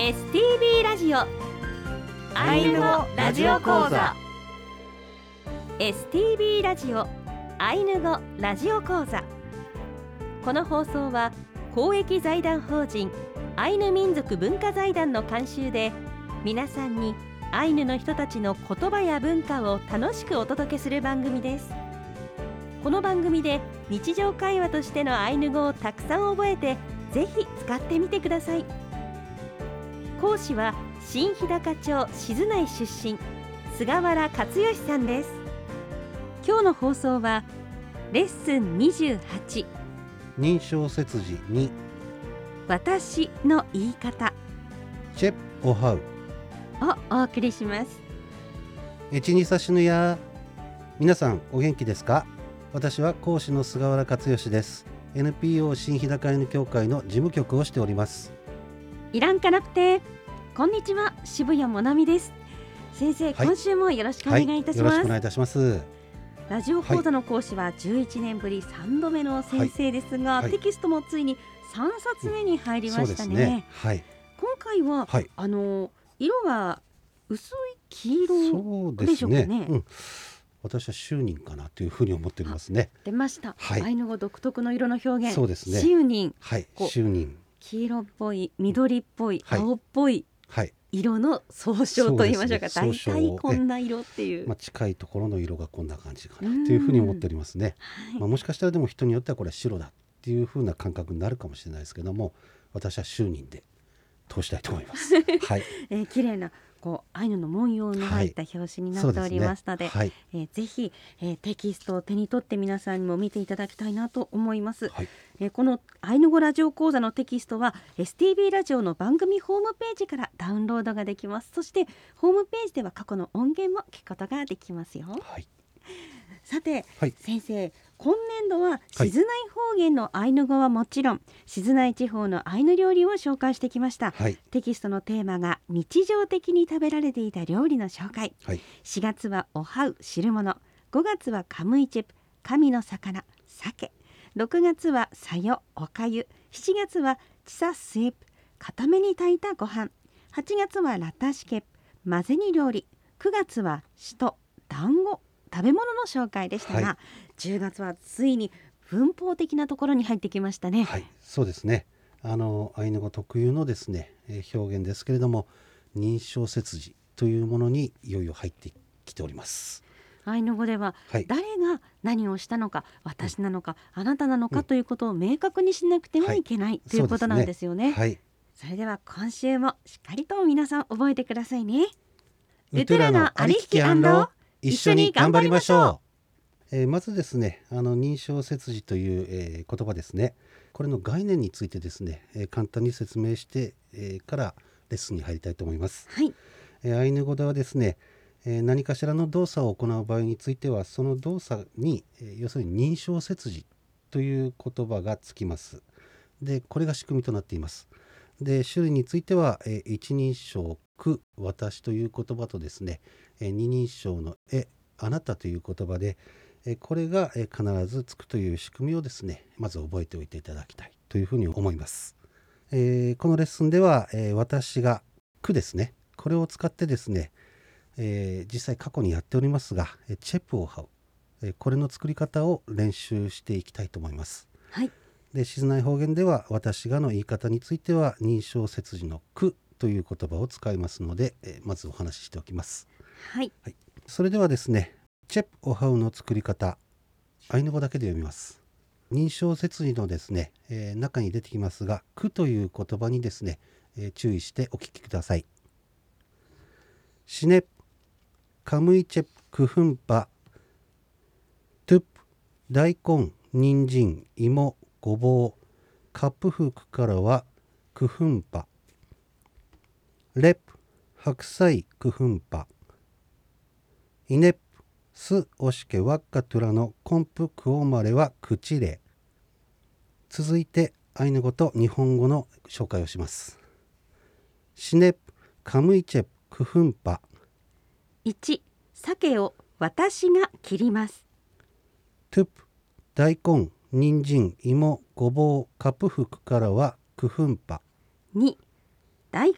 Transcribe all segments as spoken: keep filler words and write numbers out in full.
エスティービー ラジオアイヌ語ラジオ講座 エスティービー ラジオアイヌ語ラジオ講座。この放送は公益財団法人アイヌ民族文化財団の監修で、皆さんにアイヌの人たちの言葉や文化を楽しくお届けする番組です。この番組で日常会話としてのアイヌ語をたくさん覚えて、ぜひ使ってみてください。講師は新日高町静内出身、菅原克義さんです。今日の放送はレッスンにじゅうはち、 認証切字に、 私の言い方チェプオハウをお送りします。 エチニサシヌヤ、皆さんお元気ですか？私は講師の菅原克義です。 エヌピーオー 新日高アイヌ協会の事務局をしております。 いらんかなくて、こんにちは、渋谷もなみです。先生、はい、今週もよろしくお願いいたします。 はい、よろしくお願いいたします。 ラジオ講座の講師はじゅういちねんぶりさんどめの先生ですが、はいはい、テキストもついにさんさつめに入りましたね。うん、そうですね。はい、今回は、はい、あの色は薄い黄色でしょうかね。そうですね。うん、 私はシューニンかなというふうに思っておりますね。 出ました、はい、アイヌ語独特の色の表現。 そうですね。 シューニン、 はい、シューニン、 黄色っぽい、緑っぽい、はい、青っぽい、はい、色の総称と言いましょうか。大体こんな色っていう、 まあ、近いところの色がこんな感じかなというふうに思っておりますね。はい、まあ、もしかしたらでも人によってはこれは白だっていうふうな感覚になるかもしれないですけども、私はシューニンで通したいと思います。はい、えー、綺麗なこうアイヌの文様の入った表紙になっておりますので、はい、えー、ぜひ、えー、テキストを手に取って皆さんにも見ていただきたいなと思います。はい、えー、このアイヌ語ラジオ講座のテキストは エスティービー ラジオの番組ホームページからダウンロードができます。そしてホームページでは過去の音源も聞くことができますよ。はい、さて、はい、先生、今年度は静内方言のアイヌ語はもちろん、はい、静内地方のアイヌ料理を紹介してきました。はい、テキストのテーマが日常的に食べられていた料理の紹介。はい、しがつはおはう汁物、ごがつはカムイチェプ神の魚鮭、ろくがつはさよおかゆ、しちがつはチサスープ固めに炊いたご飯、はちがつはラタシケプ混ぜ煮料理、くがつはシト団子食べ物の紹介でしたが、はい、じゅうがつはついに文法的なところに入ってきましたね。 はい、そうですね。あのアイヌ語特有のですね、えー、表現ですけれども、認証切字というものにいよいよ入ってきております。 アイヌ語では、はい、誰が何をしたのか、私なのか、うん、あなたなのかということを明確にしなくてはいけない、はい、ということなんですよね。はい、それでは今週もしっかりと皆さん覚えてくださいね。 ウトゥラのありききアンド一緒に頑張りましょう。えー、まずですね、あの認証切字という、えー、言葉ですね。これの概念についてですね、えー、簡単に説明して、えー、からレッスンに入りたいと思います。はい、えー、アイヌ語ではですね、えー、何かしらの動作を行う場合については、その動作に、えー、要するに認証切字という言葉がつきます。で、これが仕組みとなっています。で、種類については、えー、一人称く、私という言葉とですね、えー、二人称のえ、あなたという言葉で、えー、これが、えー、必ずつくという仕組みをですね、まず覚えておいていただきたいというふうに思います。えー、このレッスンでは、えー、私がくですね、これを使ってですね、えー、実際過去にやっておりますが、えー、チェプを這う、えー、これの作り方を練習していきたいと思います。はい、で、静内方言では私がの言い方については認証切字のくという言葉を使いますので、えー、まずお話ししておきます。はい、はい、それではですね、チェプオハウの作り方、アイヌ語だけで読みます。認証切字のですね、えー、中に出てきますが、くという言葉にですね、えー、注意してお聞きください。シネプカムイチェプクフンパトゥプ大根人参芋ごぼうカップフクからはクフンパレプ白菜クフンパイネプスオシケワッカトゥラのコンプクオマレはクチレ。続いてアイヌ語と日本語の紹介をします。シネプカムイチェプクフンパ。 いち、鮭を私が切ります。 トゥプ大根人参芋ごぼうカプフクからはクフンパ。 に、大根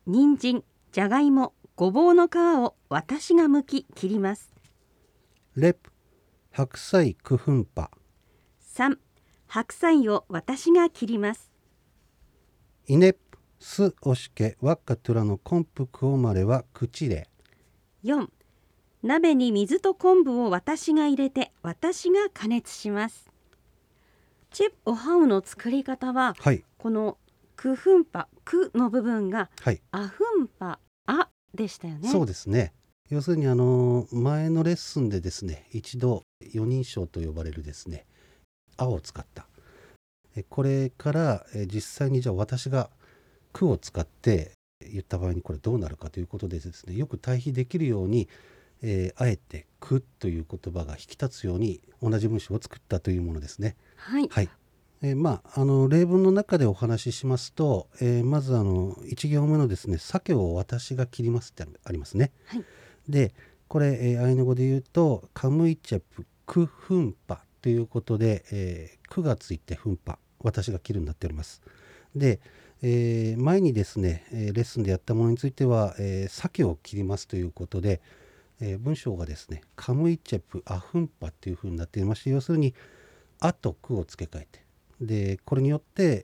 人参、じゃがいも、ごぼうの皮を私が剥き切ります。 レプ、白菜クフンパ。 さん、白菜を私が切ります。 イネプ、スオシケワッカトゥラのコンプクオマレはクチレ。 よん、鍋に水と昆布を私が入れて私が加熱します。チェプオハウの作り方は、はい、このクフンパ、クの部分が、はい、アフンパ、アでしたよね。 そうですね。要するにあの前のレッスンでですね、一度四人称と呼ばれるですね、アを使った。これから実際にじゃあ私がクを使って言った場合にこれどうなるかということでですね、よく対比できるように、えー、あえてクという言葉が引き立つように同じ文章を作ったというものですね。 はい、 はい。えー、まああの例文の中でお話ししますと、えー、まずあのいち行目のですね、鮭を私が切りますってありますね。 はい、 でこれ、えー、アイヌ語で言うとカムイチェプクフンパということで、えー、クがついてフンパ、私が切るになっております。で、えー、前にですね、えー、レッスンでやったものについては、えー、鮭を切りますということで、えー、文章がですねカムイチェプアフンパというふうになっていまして、要するにあとクを付け替えて、でこれによって、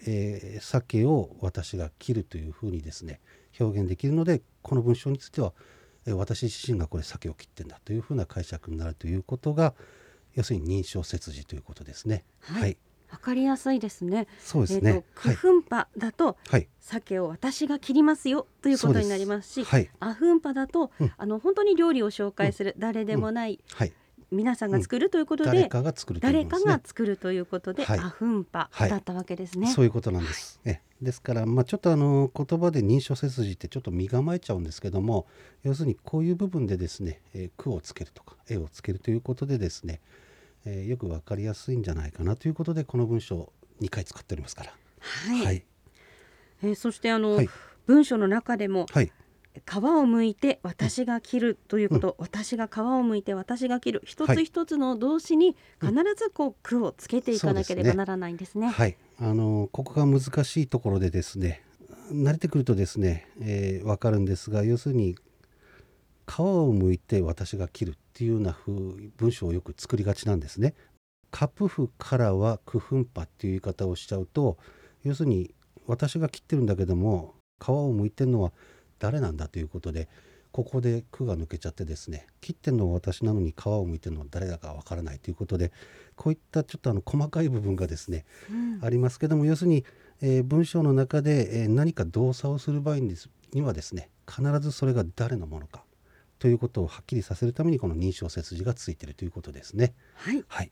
えー、鮭を私が切るというふうにですね表現できるので、この文章については、えー、私自身がこれ鮭を切ってんだというふうな解釈になるということが、要するに認証切字ということですね。 はい、はい、わかりやすいですね。 そうですね。 えーと、クフンパだと、 はい、 鮭を私が切りますよということになりますし、 はい、 アフンパだと、うん、あの本当に料理を紹介する、うん、誰でもない、うん、はい、皆さんが作るということで、うん、誰かが作るということですね。誰かが作るということで、はい、アフンパだったわけですね。 はい、そういうことなんです。はい、えですから、まあ、ちょっとあの言葉で認証切字ってちょっと身構えちゃうんですけども、要するにこういう部分でですね、えー、句をつけるとか絵をつけるということでですね、えー、よくわかりやすいんじゃないかなということでこの文章をにかい使っておりますから。 はい、はい、えー、そしてあの、はい、文章の中でも、はい、皮を剥いて私が切るということ、うん、私が皮を剥いて私が切る、一つ一つの動詞に必ずこう句をつけていかなければならないんですね。 はい、あのここが難しいところでですね、慣れてくるとですね、えー、分かるんですが、要するに皮を剥いて私が切るっていうような風文章をよく作りがちなんですね。カプフからはクフンパっていう言い方をしちゃうと、要するに私が切ってるんだけども皮を剥いてるのは誰なんだということで、ここで句が抜けちゃってですね、切ってるのは私なのに皮を剥いてるのは誰だかわからないということで、こういったちょっとあの細かい部分がですね、うん、ありますけども、要するに、えー、文章の中で、えー、何か動作をする場合にはですね、必ずそれが誰のものかということをはっきりさせるためにこの認証切字がついているということですね。 はい、 はい、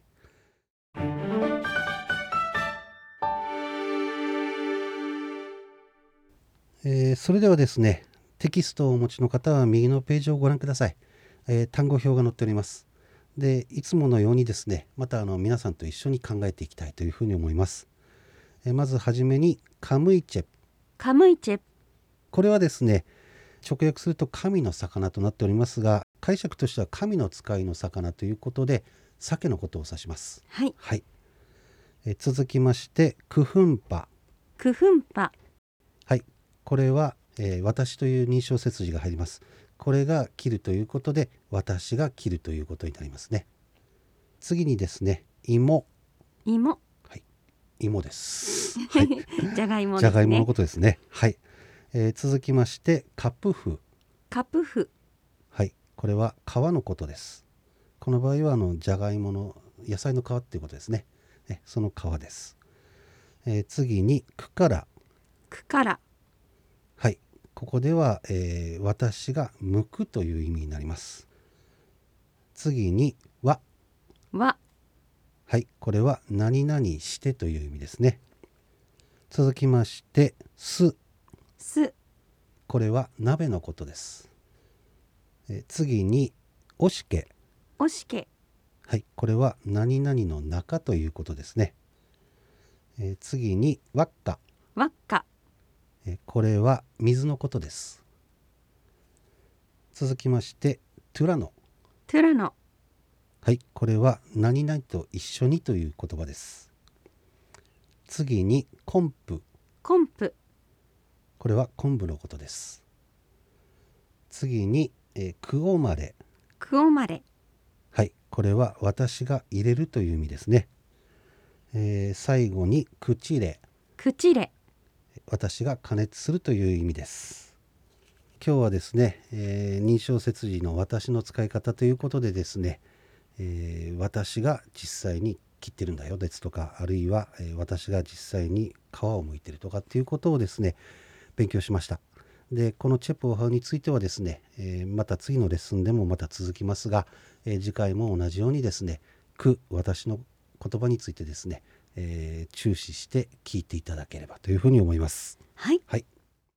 えー、それではですね、テキストをお持ちの方は右のページをご覧ください。えー、単語表が載っております。で、いつものようにですね、またあの皆さんと一緒に考えていきたいというふうに思います。えー、まずはじめにカムイチェプ。 カムイチェプ。これはですね、直訳すると神の魚となっておりますが、解釈としては神の使いの魚ということで鮭のことを指します。 はい、 はい、えー、続きましてクフンパ。 クフンパ。 はい、これは、えー、私という認証切字が入ります。これが切るということで私が切るということになりますね。次にですね、芋。 芋。 はい、芋です。はい、 じゃがいもですね。 じゃがいものことですね。はい、えー、続きましてカプフ。 カプフ。 はい、これは皮のことです。この場合はあのじゃがいもの野菜の皮っていうことですね。ね、その皮です。えー、次にクカラ。 クカラ。 はい、ここでは、えー、私が剥くという意味になります。次にわ。 わ。 はい、これは何々してという意味ですね。続きましてす。 す。 これは鍋のことです。えー、次におしけ。 おしけ。 はい、これは何々の中ということですね。えー、次にわっか。 わっか。 えー、これは水のことです。続きましてトゥラノ。 トゥラノ。 はい、これは何々と一緒にという言葉です。次に昆布。 昆布。 これは昆布のことです。 次に、えー、くおまれ。 くおまれ。 はい、これは私が入れるという意味ですね。えー、最後にくちれ。 くちれ。 私が加熱するという意味です。今日はですね、えー、認証切字の私の使い方ということでですね、えー、私が実際に切ってるんだよですとか、あるいは、えー、私が実際に皮を剥いてるとかっていうことをですね勉強しました。でこのチェプオハウについてはですね、えー、また次のレッスンでもまた続きますが、えー、次回も同じようにですね、く私の言葉についてですね、えー、注視して聞いていただければというふうに思います。 はい、 はい。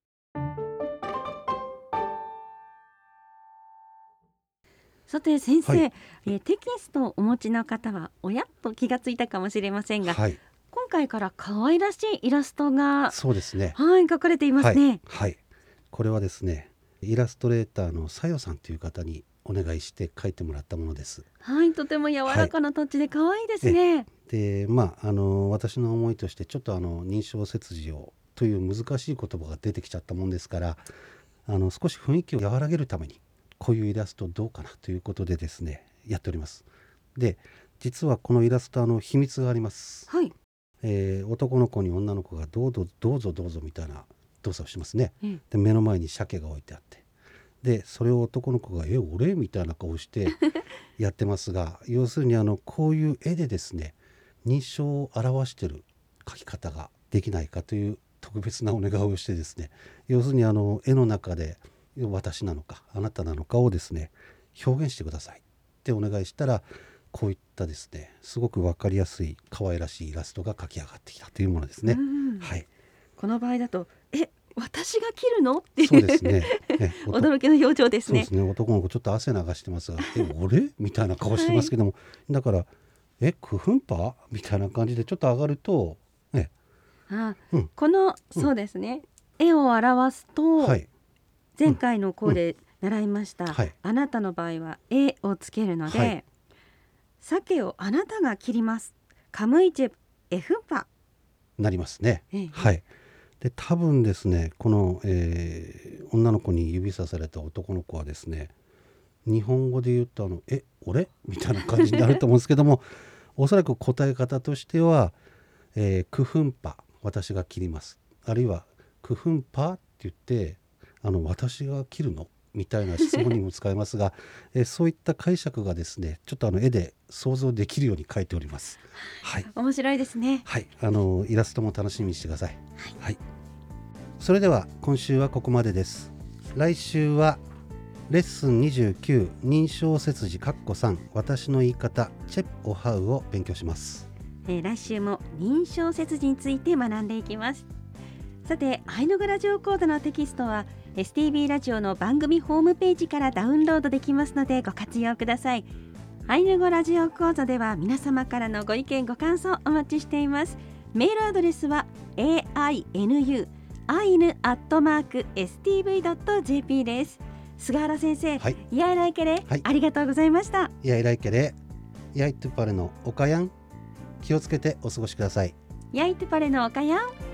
さて先生、 はい、 えー、テキストをお持ちの方はおやっと気がついたかもしれませんが、はい、今回から可愛らしいイラストがそうですね、 はい、描かれていますね。 はい、はい、これはですねイラストレーターのさよさんという方にお願いして描いてもらったものです。 はい、とても柔らかなタッチで可愛いですね。はい、 でまああの私の思いとしてちょっとあの認証切字をという難しい言葉が出てきちゃったもんですから、あの少し雰囲気を和らげるためにこういうイラストどうかなということでですねやっております。で実はこのイラストの秘密があります。 はい、 えー、男の子に女の子がどうぞどうぞどうぞみたいな動作をしますね。うん、で目の前に鮭が置いてあって、でそれを男の子がえ俺みたいな顔してやってますが要するにあのこういう絵でですね認証を表している描き方ができないかという特別なお願いをしてですね、要するにあの絵の中で私なのかあなたなのかをですね表現してくださいってお願いしたら、こういったですねすごく分かりやすい可愛らしいイラストが描き上がってきたというものですね。はい、 この場合だとえ私が切るのっていうそうですね驚きの表情ですね。 そうですね、男の子ちょっと汗流してますがえ俺みたいな顔してますけども、はい、だからえクフンパみたいな感じでちょっと上がると、ね、 あ、うん、このそうですね、うん、絵を表すと、はい、前回の項で習いました、うんはい、あなたの場合は絵をつけるので、はい、鮭をあなたが切りますカムイチェエフンパなりますね、ええ、はい。で多分ですねこの、えー、女の子に指さされた男の子はですね日本語で言うとあのえ俺みたいな感じになると思うんですけどもおそらく答え方としては、えー、クフンパ私が切ります、あるいはクフンパって言ってあの私が切るのみたいな質問にも使えますが、えー、そういった解釈がですねちょっとあの絵で想像できるように描いております。はい、 面白いですね。 はい、あのイラストも楽しみにしてください。はい、はい、それでは今週はここまでです。来週はレッスンにじゅうきゅう認証切字カッコさん私の言い方チェプオハウを勉強します。 えー、来週も認証切字について学んでいきます。さてアイヌ語ラジオ講座のテキストは エスティービー ラジオの番組ホームページからダウンロードできますのでご活用ください。アイヌ語ラジオ講座では皆様からのご意見ご感想お待ちしています。メールアドレスは エーアイエヌユー アイヌ アットマーク エスティーブイ ドット ジェーピー です。菅原先生、はい、イヤイライケレ、はい、ありがとうございました。 イヤイライケレヤイトゥパレのおかやん気をつけてお過ごしください。 ヤイトゥパレのおかやん